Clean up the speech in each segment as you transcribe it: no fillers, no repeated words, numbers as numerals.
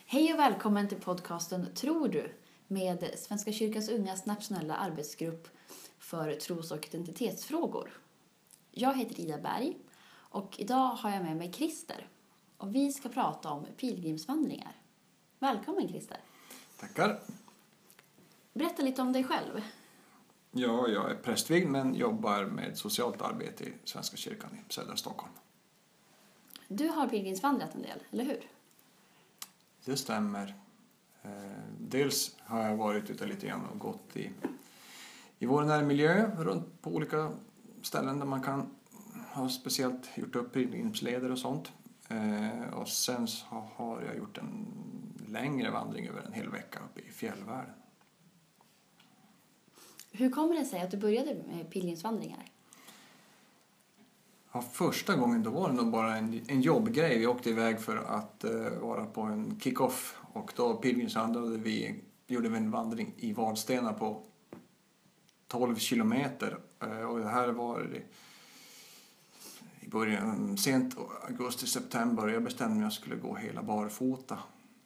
Hej och välkommen till podcasten Tror du? Med Svenska kyrkans ungas nationella arbetsgrupp för tros- och identitetsfrågor. Jag heter Ida Berg och idag har jag med mig Christer. Och vi ska prata om pilgrimsvandringar. Välkommen Christer. Tackar. Berätta lite om dig själv. Ja, jag är prästvigd men jobbar med socialt arbete i Svenska kyrkan i södra Stockholm. Du har pilgrimsvandrat en del, eller hur? Det stämmer. Dels har jag varit ute lite grann och gått i vår närmiljö runt på olika ställen där man kan ha speciellt gjort upp pilgrimsleder och sånt. Och sen så har jag gjort en längre vandring över en hel vecka uppe i fjällvärlden. Hur kommer det sig att du började med pilgrimsvandringar? Ja, första gången då var det nog bara en jobbgrej. Vi åkte iväg för att vara på en kick-off. Och då pilgrimsvandrade gjorde vi en vandring i Vadstena på 12 kilometer. Och det här var i början, sent augusti-september. Jag bestämde mig att jag skulle gå hela barfota.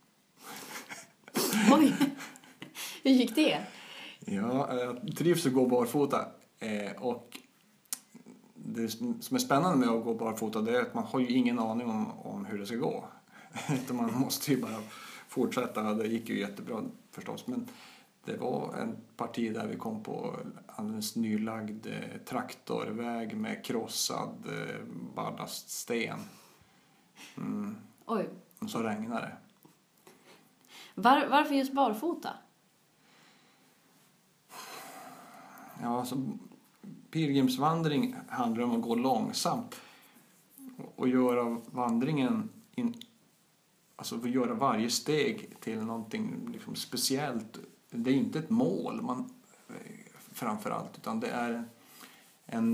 Oj, hur gick det? Ja, jag trivs att gå barfota. Och det som är spännande med att gå barfota det är att man har ju ingen aning om hur det ska gå. Man måste ju bara fortsätta. Det gick ju jättebra förstås. Men det var en parti där vi kom på alldeles nylagd traktorväg med krossad ballaststen. Oj. Och så regnade det. Varför just barfota? Ja, alltså, pilgrimsvandring handlar om att gå långsamt och göra vandringen alltså att göra varje steg till någonting liksom speciellt. Det är inte ett mål framförallt, utan det är en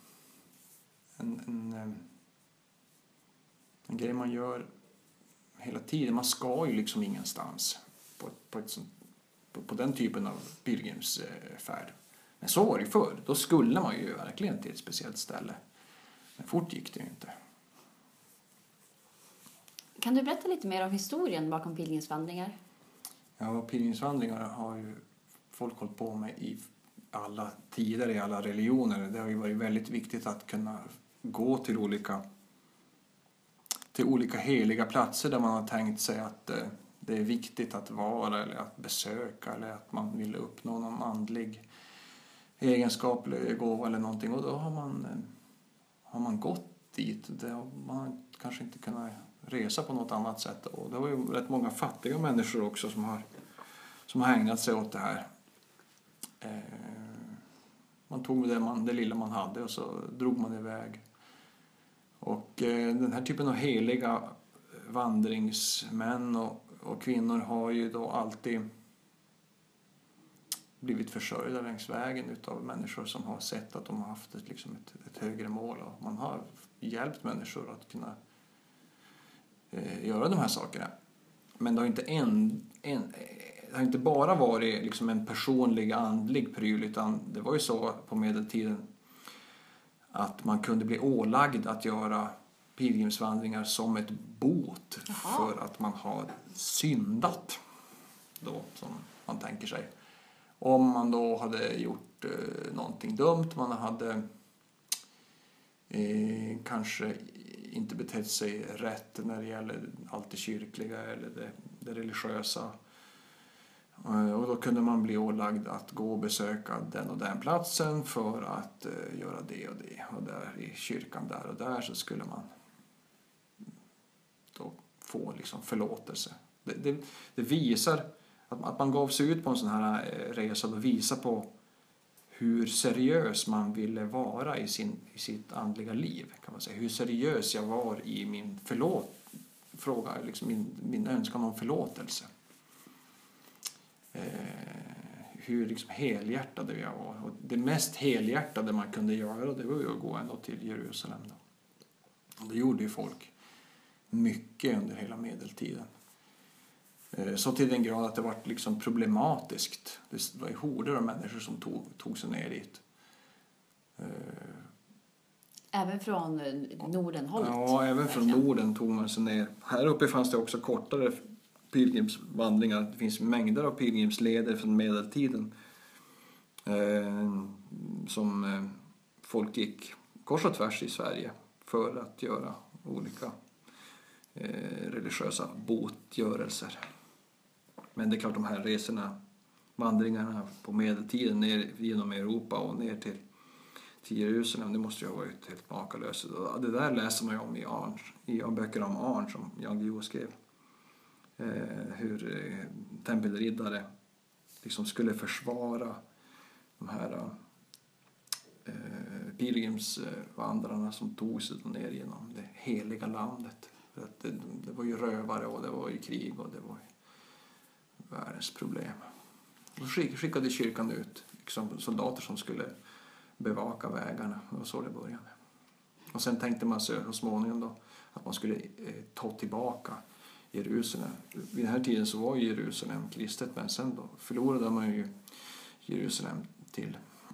grej man gör hela tiden. Man ska ju liksom ingenstans på den typen av pilgrimsfärd. Men så var det förr. Då skulle man ju verkligen till ett speciellt ställe. Men fort gick det ju inte. Kan du berätta lite mer om historien bakom pilgrimsvandringar? Ja, pilgrimsvandringar har ju folk hållit på med i alla tider, i alla religioner. Det har ju varit väldigt viktigt att kunna gå till olika heliga platser där man har tänkt sig att det är viktigt att vara eller att besöka eller att man vill uppnå någon andlig egenskap eller gåva eller någonting. Och då har man gått dit. Man har kanske inte kunnat resa på något annat sätt. Och det var ju rätt många fattiga människor också som har ägnat sig åt det här. Man tog det lilla man hade och så drog man iväg. Och den här typen av heliga vandringsmän och kvinnor har ju då alltid blivit försörjda längs vägen utav människor som har sett att de har haft ett högre mål. Och man har hjälpt människor att kunna göra de här sakerna. Men det har inte bara varit liksom en personlig andlig pryl, utan det var ju så på medeltiden att man kunde bli ålagd att göra pilgrimsvandringar som ett bot. Jaha. För att man har syndat då, som man tänker sig. Om man då hade gjort någonting dumt, man hade kanske inte betett sig rätt när det gäller allt det kyrkliga eller det religiösa. Och då kunde man bli ålagd att gå och besöka den och den platsen för att göra det och det. Och där i kyrkan där och där så skulle man då få liksom förlåtelse. Det visar att man gav sig ut på en sån här resa och visar på hur seriös man ville vara i sitt andliga liv, kan man säga. Hur seriös jag var i min fråga, liksom min önskan om förlåtelse. Hur liksom helhjärtade jag var. Och det mest helhjärtade man kunde göra, det var ju att gå ändå till Jerusalem då. Och det gjorde ju folk mycket under hela medeltiden. Så till den grad att det var liksom problematiskt. Det var horder av människor som tog sig ner dit. Även från Norden hållet? Ja, även från Norden tog man sig ner. Här uppe fanns det också kortare pilgrimsvandringar. Det finns mängder av pilgrimsleder från medeltiden som folk gick kors och tvärs i Sverige för att göra olika religiösa botgörelser. Men det är klart, de här vandringarna på medeltiden ner genom Europa och ner till Jerusalem, det måste ju ha varit helt makalöst. Det där läser man ju om i böcker om Arn som Jan Guillou skrev. Hur tempelriddare liksom skulle försvara de här pilgrimsvandrarna som tog sig ner genom det heliga landet. För att det var ju rövare och det var ju krig och det var ju världens problem. Då skickade kyrkan ut liksom soldater som skulle bevaka vägarna. Det var så det började. Och sen tänkte man sig så småningom då att man skulle ta tillbaka Jerusalem. Vid den här tiden så var Jerusalem kristet, men sen då förlorade man ju Jerusalem till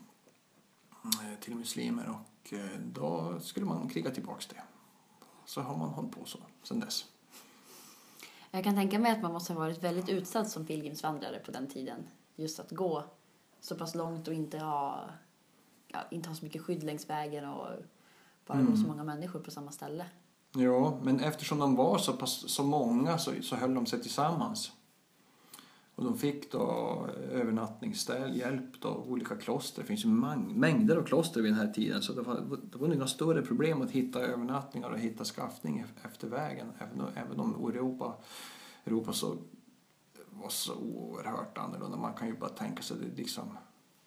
muslimer och då skulle man kriga tillbaka det. Så har man hållit på så sen dess. Jag kan tänka mig att man måste ha varit väldigt utsatt som pilgrimsvandrare på den tiden. Just att gå så pass långt och inte ha så mycket skydd längs vägen och bara gå så många människor på samma ställe. Ja, men eftersom de var så många så höll de sig tillsammans. Och de fick då övernattningshjälp då, olika kloster. Det finns ju mängder av kloster vid den här tiden. Så det var inga större problem att hitta övernattningar och hitta skaffning efter vägen. Även om Europa så var så oerhört annorlunda. Man kan ju bara tänka sig det liksom.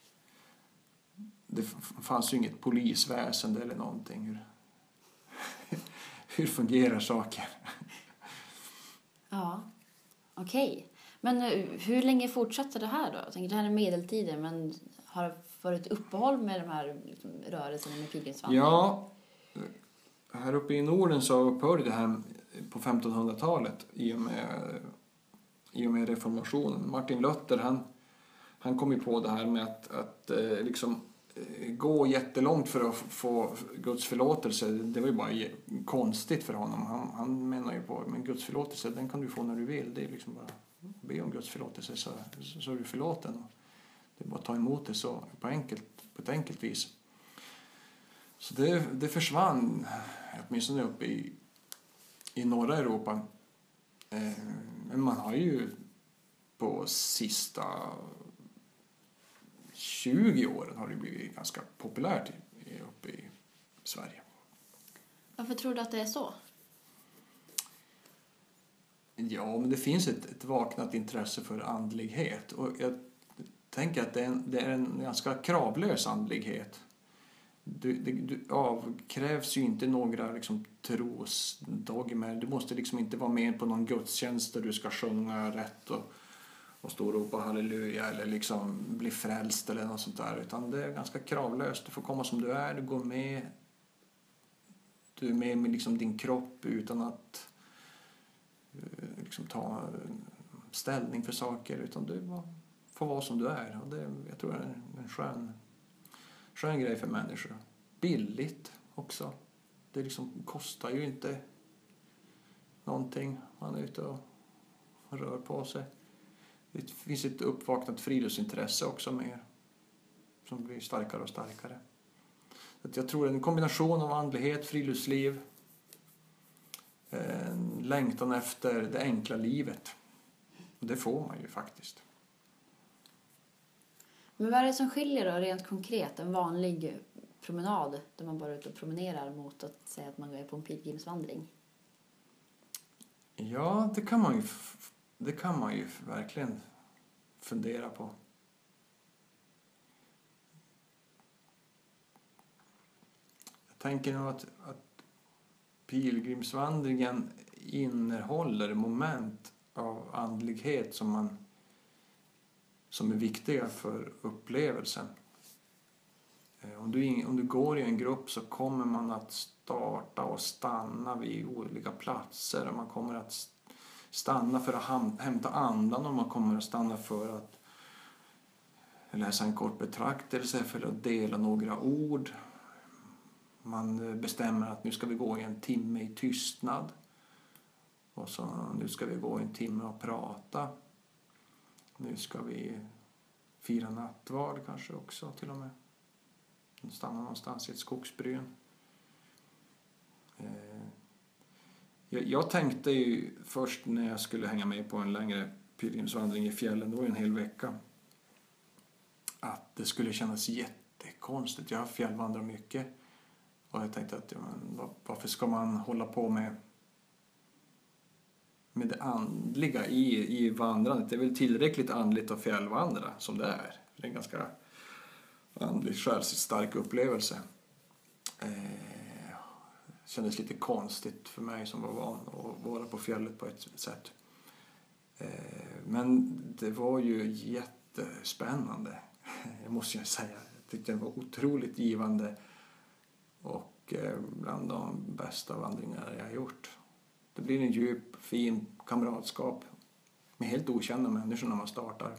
Det fanns ju inget polisväsende eller någonting. Hur fungerar saker? Ja, okej. Men hur länge fortsatte det här då? Jag tänker, det här är medeltiden, men har det varit uppehåll med de här liksom, rörelserna med pilgrimsvandring? Ja, här uppe i Norden så upphörde det här på 1500-talet i och med reformationen. Martin Luther, han kom ju på det här med att liksom gå jättelångt för att få Guds förlåtelse. Det var ju bara konstigt för honom. Han menar ju på, men Guds förlåtelse, den kan du få när du vill. Det är liksom bara be om Guds förlåtelse så är du förlåten. Det är bara att ta emot det så på ett enkelt vis. Så det försvann åtminstone uppe i norra Europa. Men man har ju på sista 20 åren har det blivit ganska populärt uppe i Sverige. Varför tror du att det är så? Ja, men det finns ett vaknat intresse för andlighet. Och jag tänker att det är en ganska kravlös andlighet. Du avkrävs ju inte några liksom, trosdogmer. Du måste liksom inte vara med på någon gudstjänst där du ska sjunga rätt och stå och ropa halleluja eller liksom bli frälst eller något sånt där. Utan det är ganska kravlöst. Du får komma som du är, du går med. Du är med liksom din kropp utan att liksom ta ställning för saker, utan du får vara som du är. Och jag tror det är en skön grej för människor. Billigt också. Det liksom kostar ju inte någonting. Man är ute och rör på sig. Det finns ett uppvaknat friluftsintresse också mer. Som blir starkare och starkare. Jag tror en kombination av andlighet, friluftsliv, en längtan efter det enkla livet. Och det får man ju faktiskt. Men vad är det som skiljer då rent konkret en vanlig promenad där man bara är ute och promenerar mot att säga att man är på en pilgrimsvandring? Ja, det kan man ju verkligen fundera på. Jag tänker nog att pilgrimsvandringen innehåller moment av andlighet som är viktiga för upplevelsen. Om du går i en grupp så kommer man att starta och stanna vid olika platser. Och man kommer att stanna för att hämta andan och man kommer att stanna för att läsa en kort betraktelse, för att dela några ord. Man bestämmer att nu ska vi gå i en timme i tystnad. Och så nu ska vi gå en timme och prata. Nu ska vi fira nattvard kanske också till och med. Stanna någonstans i ett skogsbryn. Jag tänkte ju först när jag skulle hänga med på en längre pilgrimsvandring i fjällen, det var ju en hel vecka, att det skulle kännas jättekonstigt. Jag har fjällvandrat mycket och jag tänkte att varför ska man hålla på med det andliga i vandrandet? Det är väl tillräckligt andligt att fjällvandra som det är. Det är en ganska andligt själsligt stark upplevelse. Kändes lite konstigt för mig som var van att vara på fjället på ett sätt. Men det var ju jättespännande. Jag måste ju säga. Jag tyckte det var otroligt givande. Och bland de bästa vandringar jag har gjort. Det blir en djup, fin kamratskap. Med helt okända människor när man startar.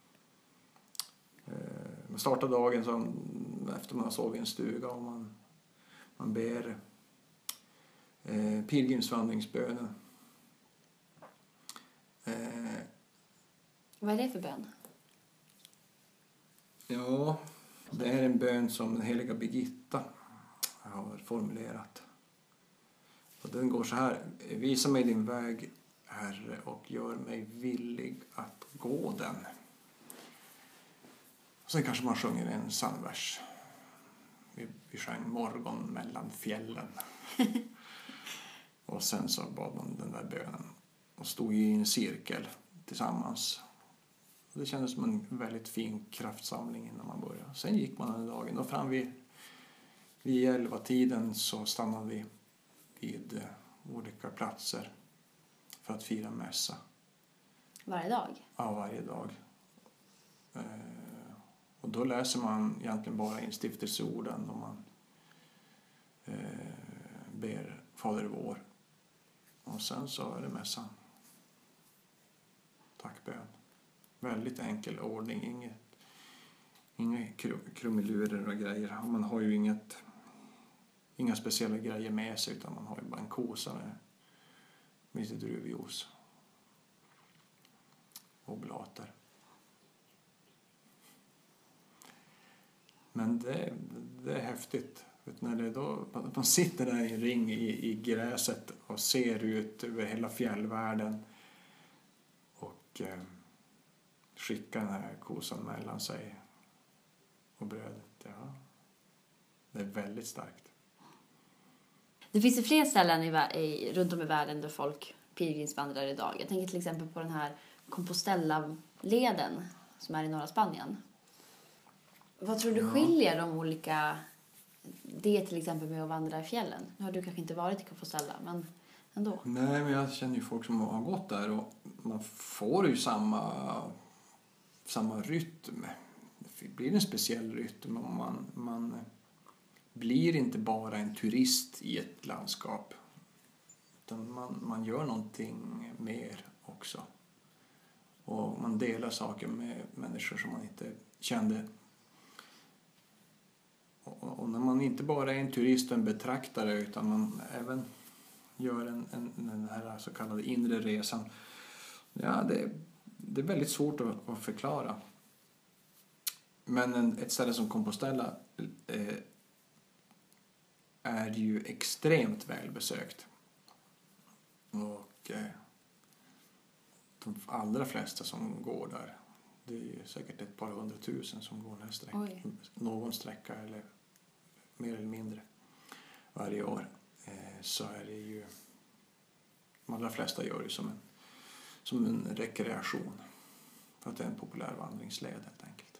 Man startar dagen som efter man har sovit i en stuga. Och man ber pilgrimsvandringsbönen. Vad är det för bön? Ja, det är en bön som den heliga Birgitta har formulerat. Och den går så här: visa mig din väg, Herre, och gör mig villig att gå den. Och sen kanske man sjunger en psalmvers. Vi sjöng morgon mellan fjällen. Och sen så bad man den där bönen och stod i en cirkel tillsammans. Det kändes som en väldigt fin kraftsamling innan man började. Sen gick man den dagen och fram vid 11-tiden så stannade vi vid olika platser för att fira mässa. Varje dag? Ja, varje dag. Och då läser man egentligen bara instiftelseorden och man ber Fader vår. Och sen så är det mässan. Tackbön. Väldigt enkel ordning. Inga krumelurer och grejer. Man har ju inga speciella grejer med sig utan man har ju bara en kosa med lite druvjuice. Oblater. Men det är häftigt. När det då, man sitter där i en ring i gräset och ser ut över hela fjällvärlden och skickar den här kosan mellan sig och brödet. Ja, det är väldigt starkt. Det finns ju fler ställen runt om i världen där folk pilgrimsvandrar idag. Jag tänker till exempel på den här Compostela-leden som är i norra Spanien. Vad tror du skiljer de olika... Det till exempel med att vandra i fjällen. Nu har du kanske inte varit i Compostela, men ändå. Nej, men jag känner ju folk som har gått där och man får ju samma rytm. Det blir en speciell rytm och man blir inte bara en turist i ett landskap. Utan man gör någonting mer också. Och man delar saker med människor som man inte kände. Och när man inte bara är en turist och en betraktare utan man även gör den här så kallade inre resan. Ja, det är väldigt svårt att förklara. Men ett ställe som Compostela är ju extremt välbesökt. Och de allra flesta som går där, det är ju säkert ett par 100 000 som går den här sträckan. Någon sträcka eller mer eller mindre varje år. Så är det ju, de allra flesta gör det som en rekreation. För att det är en populär vandringsled helt enkelt.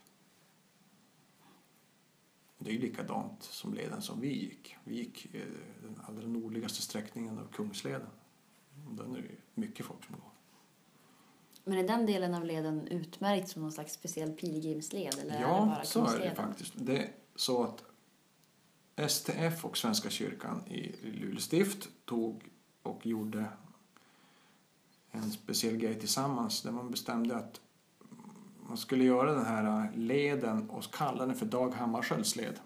Det är ju likadant som leden som vi gick. Vi gick den allra nordligaste sträckningen av Kungsleden. Den är det mycket folk som går. Men är den delen av leden utmärkt som någon slags speciell pilgrimsled? Eller ja, är det bara så är det faktiskt. Det är så att STF och Svenska kyrkan i Luleå stift tog och gjorde en speciell grej tillsammans där man bestämde att man skulle göra den här leden och kalla den för Dag Hammarskjölds led.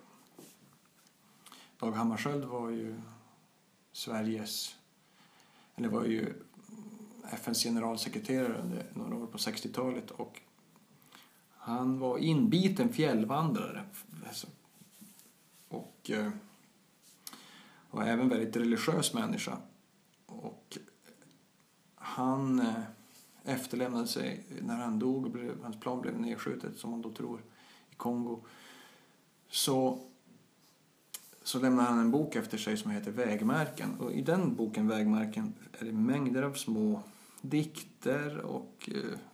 Dag Hammarskjöld var ju FNs generalsekreterare under några år på 60-talet och han var inbiten fjällvandrare och var även väldigt religiös människa. Och han efterlämnade sig när han dog, hans plan blev nedskjutet som man då tror i Kongo. Så lämnade han en bok efter sig som heter Vägmärken. Och i den boken Vägmärken är det mängder av små dikter och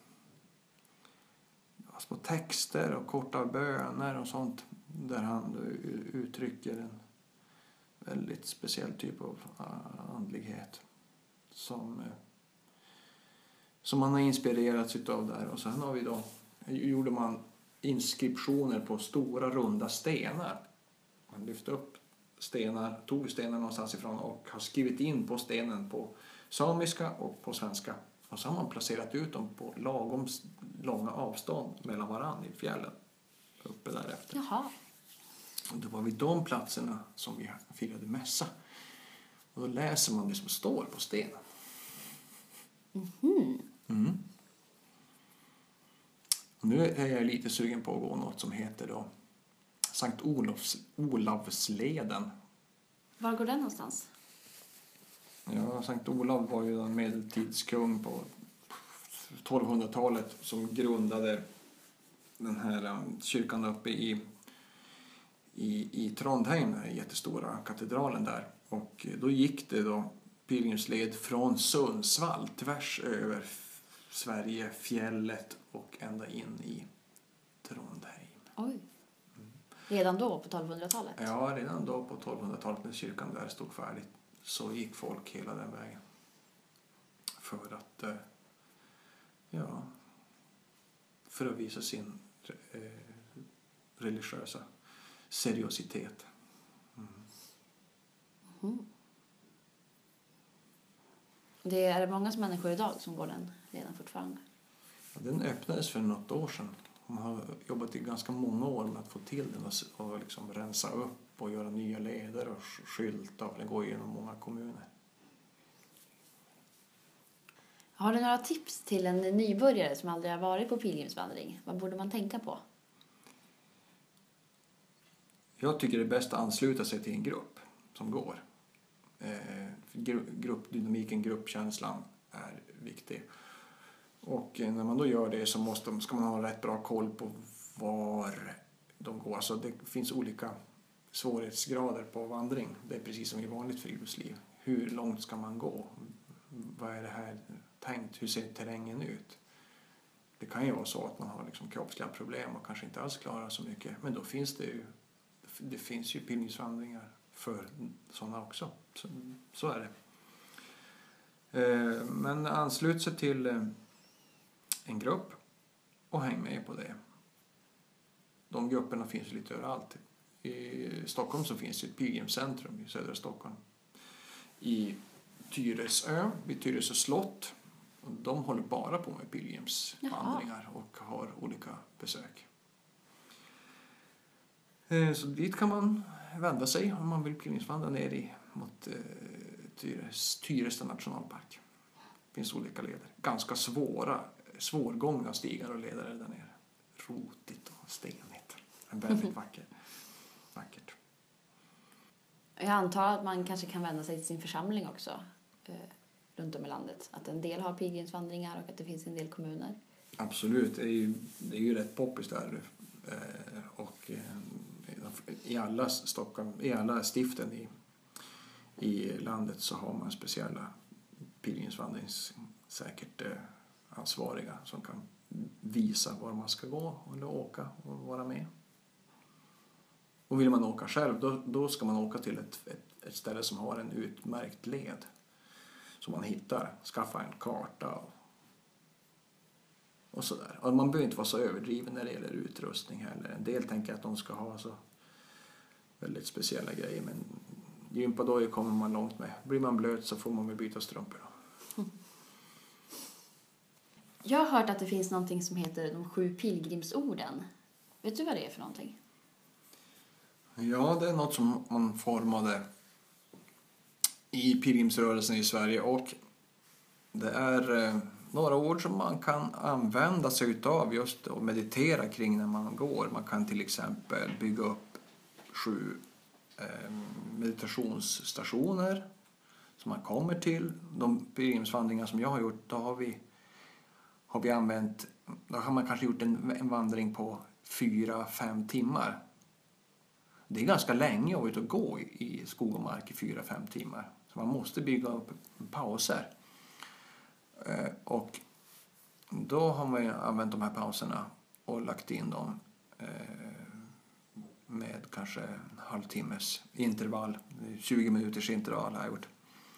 små texter och korta böner och sånt där han uttrycker en väldigt speciell typ av andlighet som man har inspirerats utav där. Och sen har vi då, gjorde man inskriptioner på stora runda stenar. Man lyfte upp stenar, tog stenar någonstans ifrån och har skrivit in på stenen på samiska och på svenska. Och så har man placerat ut dem på lagom långa avstånd mellan varandra i fjällen. Uppe därefter. Jaha. Och det var vid de platserna som vi firade mässa. Och då läser man det som står på stenen. Mm. Och nu är jag lite sugen på att gå något som heter då Sankt Olavsleden. Var går den någonstans? Ja, Sankt Olav var ju en medeltidskung på 1200-talet som grundade den här kyrkan uppe i Trondheim, den jättestora katedralen där. Och då gick det då pilgrimsled från Sundsvall tvärs över Sverige, fjället och ända in i Trondheim. Oj. Redan då på 1200-talet? Ja, redan då på 1200-talet när kyrkan där stod färdigt så gick folk hela den vägen. För att visa sin religiösa seriositet. Det är många människor idag som går den redan fortfarande. Ja, den öppnades för något år sedan. Man har jobbat i ganska många år med att få till den och liksom rensa upp och göra nya leder och skyltar. Den går igenom många kommuner. Har du några tips till en nybörjare som aldrig har varit på pilgrimsvandring? Vad borde man tänka på? Jag tycker det är bäst att ansluta sig till en grupp som går. Gruppdynamiken, gruppkänslan är viktig. Och när man då gör det så ska man ha rätt bra koll på var de går. Alltså det finns olika svårighetsgrader på vandring. Det är precis som i vanligt friluftsliv. Hur långt ska man gå? Vad är det här tänkt? Hur ser terrängen ut? Det kan ju vara så att man har liksom kroppsliga problem och kanske inte alls klarar så mycket. Men då finns det finns ju pilgrimsvandringar för sådana också. Så är det. Men anslut sig till en grupp och häng med på det. De grupperna finns lite överallt. I Stockholm så finns det ett pilgrimscentrum i södra Stockholm. I Tyresö, vid Tyresö slott. Och de håller bara på med pilgrimsvandringar och har olika besök. Så dit kan man vända sig om man vill pilgrimsvandra ner mot Tyresö nationalpark. Det finns olika leder. Ganska svårgångna stigar och leder där nere. Rotigt och stenigt. Men väldigt vackert. Jag antar att man kanske kan vända sig till sin församling också runt om i landet. Att en del har pilgrimsvandringar och att det finns en del kommuner. Absolut, det är ju rätt poppis där. Och i alla stiften i landet så har man speciella pilgrimsvandringssäkert ansvariga som kan visa var man ska gå eller åka och vara med. Och vill man åka själv då ska man åka till ett ställe som har en utmärkt led som man hittar, skaffa en karta och sådär. Och man behöver inte vara så överdriven när det gäller utrustning heller. En del tänker att de ska ha så väldigt speciella grejer, men gympadojor kommer man långt med. Blir man blöt så får man väl byta strumpor då. Jag har hört att det finns någonting som heter de 7 pilgrimsorden. Vet du vad det är för någonting? Ja, det är något som man formade i pilgrimsrörelsen i Sverige och Det är några ord som man kan använda sig utav just och meditera kring när man går. Man kan till exempel bygga upp 7 meditationsstationer som man kommer till. De pilgrimsvandringar som jag har gjort, då har vi använt, då har man kanske gjort en vandring på 4-5 timmar. Det är ganska länge att vara ute och gå i skog och mark i 4-5 timmar. Så man måste bygga upp pauser. Och då har man använt de här pauserna och lagt in dem med kanske en halvtimmes intervall. 20 minuters intervall har jag gjort.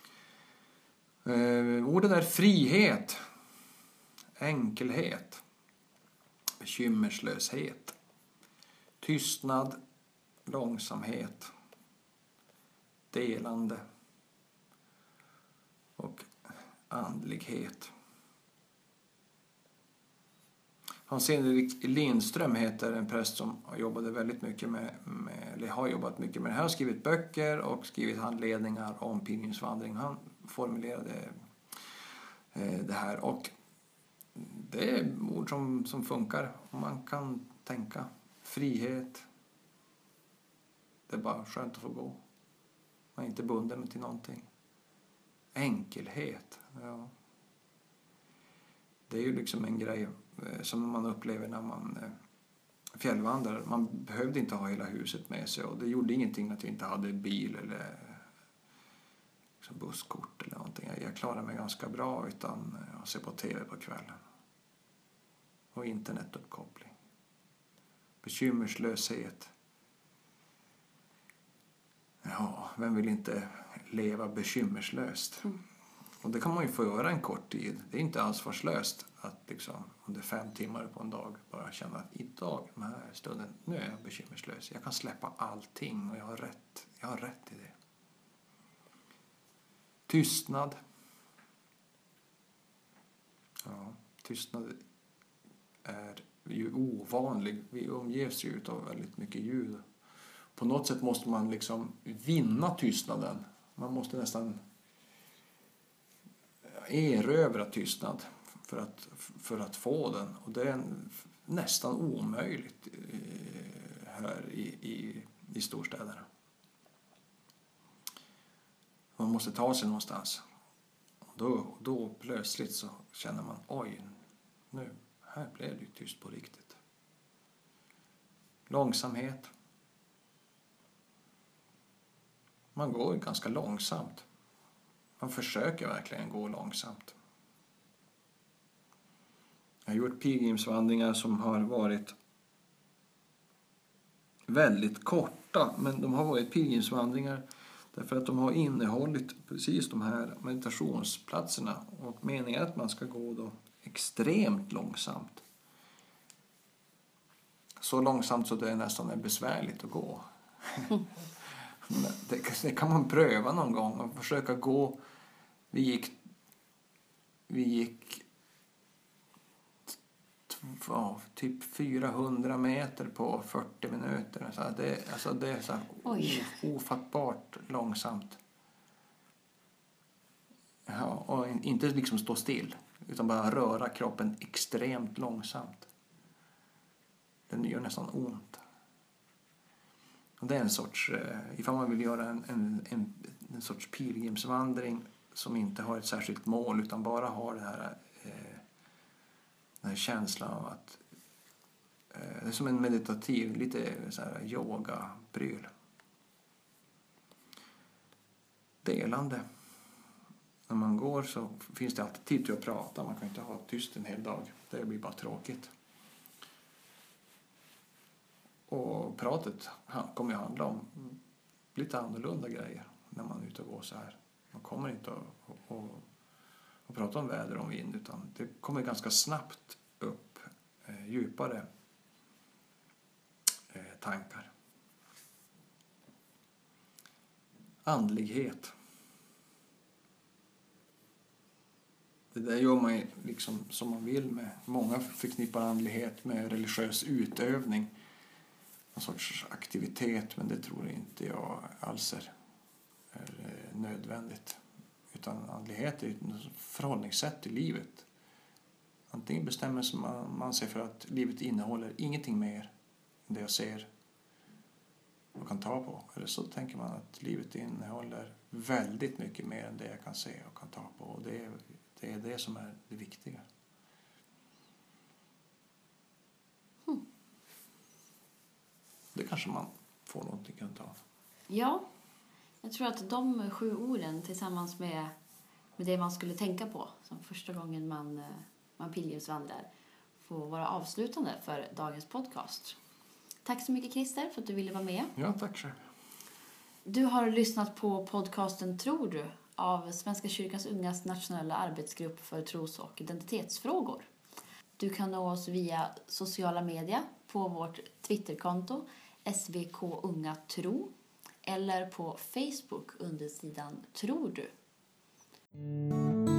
Orden är frihet, enkelhet, bekymmerslöshet, tystnad, långsamhet, delande och andlighet. Hans-Erik Lindström heter en präst som jobbade väldigt mycket eller har jobbat mycket med det här. Han har skrivit böcker och skrivit handledningar om pilgrimsvandring. Han formulerade det här, och det är ord som funkar. Man kan tänka frihet. Det är bara skönt att få gå. Man är inte bunden till någonting. Enkelhet. Ja. Det är ju liksom en grej som man upplever när man fjällvandrar. Man behövde inte ha hela huset med sig, och det gjorde ingenting att jag inte hade bil eller liksom busskort eller någonting. Jag klarade mig ganska bra utan att se på tv på kvällen. Och internetuppkoppling. Bekymmerslöshet. Ja, vem vill inte leva bekymmerslöst? Och det kan man ju få göra en kort tid. Det är inte ansvarslöst att liksom under 5 timmar på en dag bara känna att idag, den här stunden, nu är jag bekymmerslös. Jag kan släppa allting och jag har rätt i det. Tystnad. Ja, tystnad är ju ovanlig. Vi omges ju av väldigt mycket ljud. På något sätt måste man liksom vinna tystnaden. Man måste nästan erövra tystnad för att få den. Och det är nästan omöjligt här i storstäderna. Man måste ta sig någonstans. Då plötsligt så känner man, oj, nu, här blev det ju tyst på riktigt. Långsamhet. Man går ganska långsamt. Man försöker verkligen gå långsamt. Jag har gjort pilgrimsvandringar som har varit väldigt korta, men de har varit pilgrimsvandringar därför att de har innehållit precis de här meditationsplatserna, och meningen är att man ska gå då extremt långsamt. Så långsamt så det nästan är besvärligt att gå. Det kan man pröva någon gång och försöka gå. Vi gick typ 400 meter på 40 minuter. Så det är så ofattbart långsamt. Ja, och inte liksom stå still, utan bara röra kroppen extremt långsamt. Den gör nästan ont. Och det är en sorts, ifall man vill göra en sorts pilgrimsvandring som inte har ett särskilt mål utan bara har den här känslan av att det är som en meditativ, lite så här yoga-pryl. Delande. När man går så finns det alltid tid till att prata. Man kan inte ha tyst en hel dag. Det blir bara tråkigt. Och pratet kommer att handla om lite annorlunda grejer när man är ute och går så här. Man kommer inte att prata om väder och vind, utan det kommer ganska snabbt upp djupare tankar. Andlighet. Det där gör man liksom som man vill med. Många förknippar andlighet med religiös utövning. En sorts aktivitet, men det tror inte jag alls är nödvändigt. Utan andlighet är ett förhållningssätt till livet. Antingen bestämmer man sig för att livet innehåller ingenting mer än det jag ser och kan ta på. Eller så tänker man att livet innehåller väldigt mycket mer än det jag kan se och kan ta på. Och det är det som är det viktiga. Det kanske man får någonting att ta. Ja, jag tror att de 7 orden tillsammans med det man skulle tänka på som första gången man pilgrimsvandrar får vara avslutande för dagens podcast. Tack så mycket Christer för att du ville vara med. Ja, tack själv. Du har lyssnat på podcasten Tror du av Svenska kyrkans ungas nationella arbetsgrupp för tros- och identitetsfrågor. Du kan nå oss via sociala medier på vårt Twitterkonto SVK Unga Tro eller på Facebook under sidan Tror du.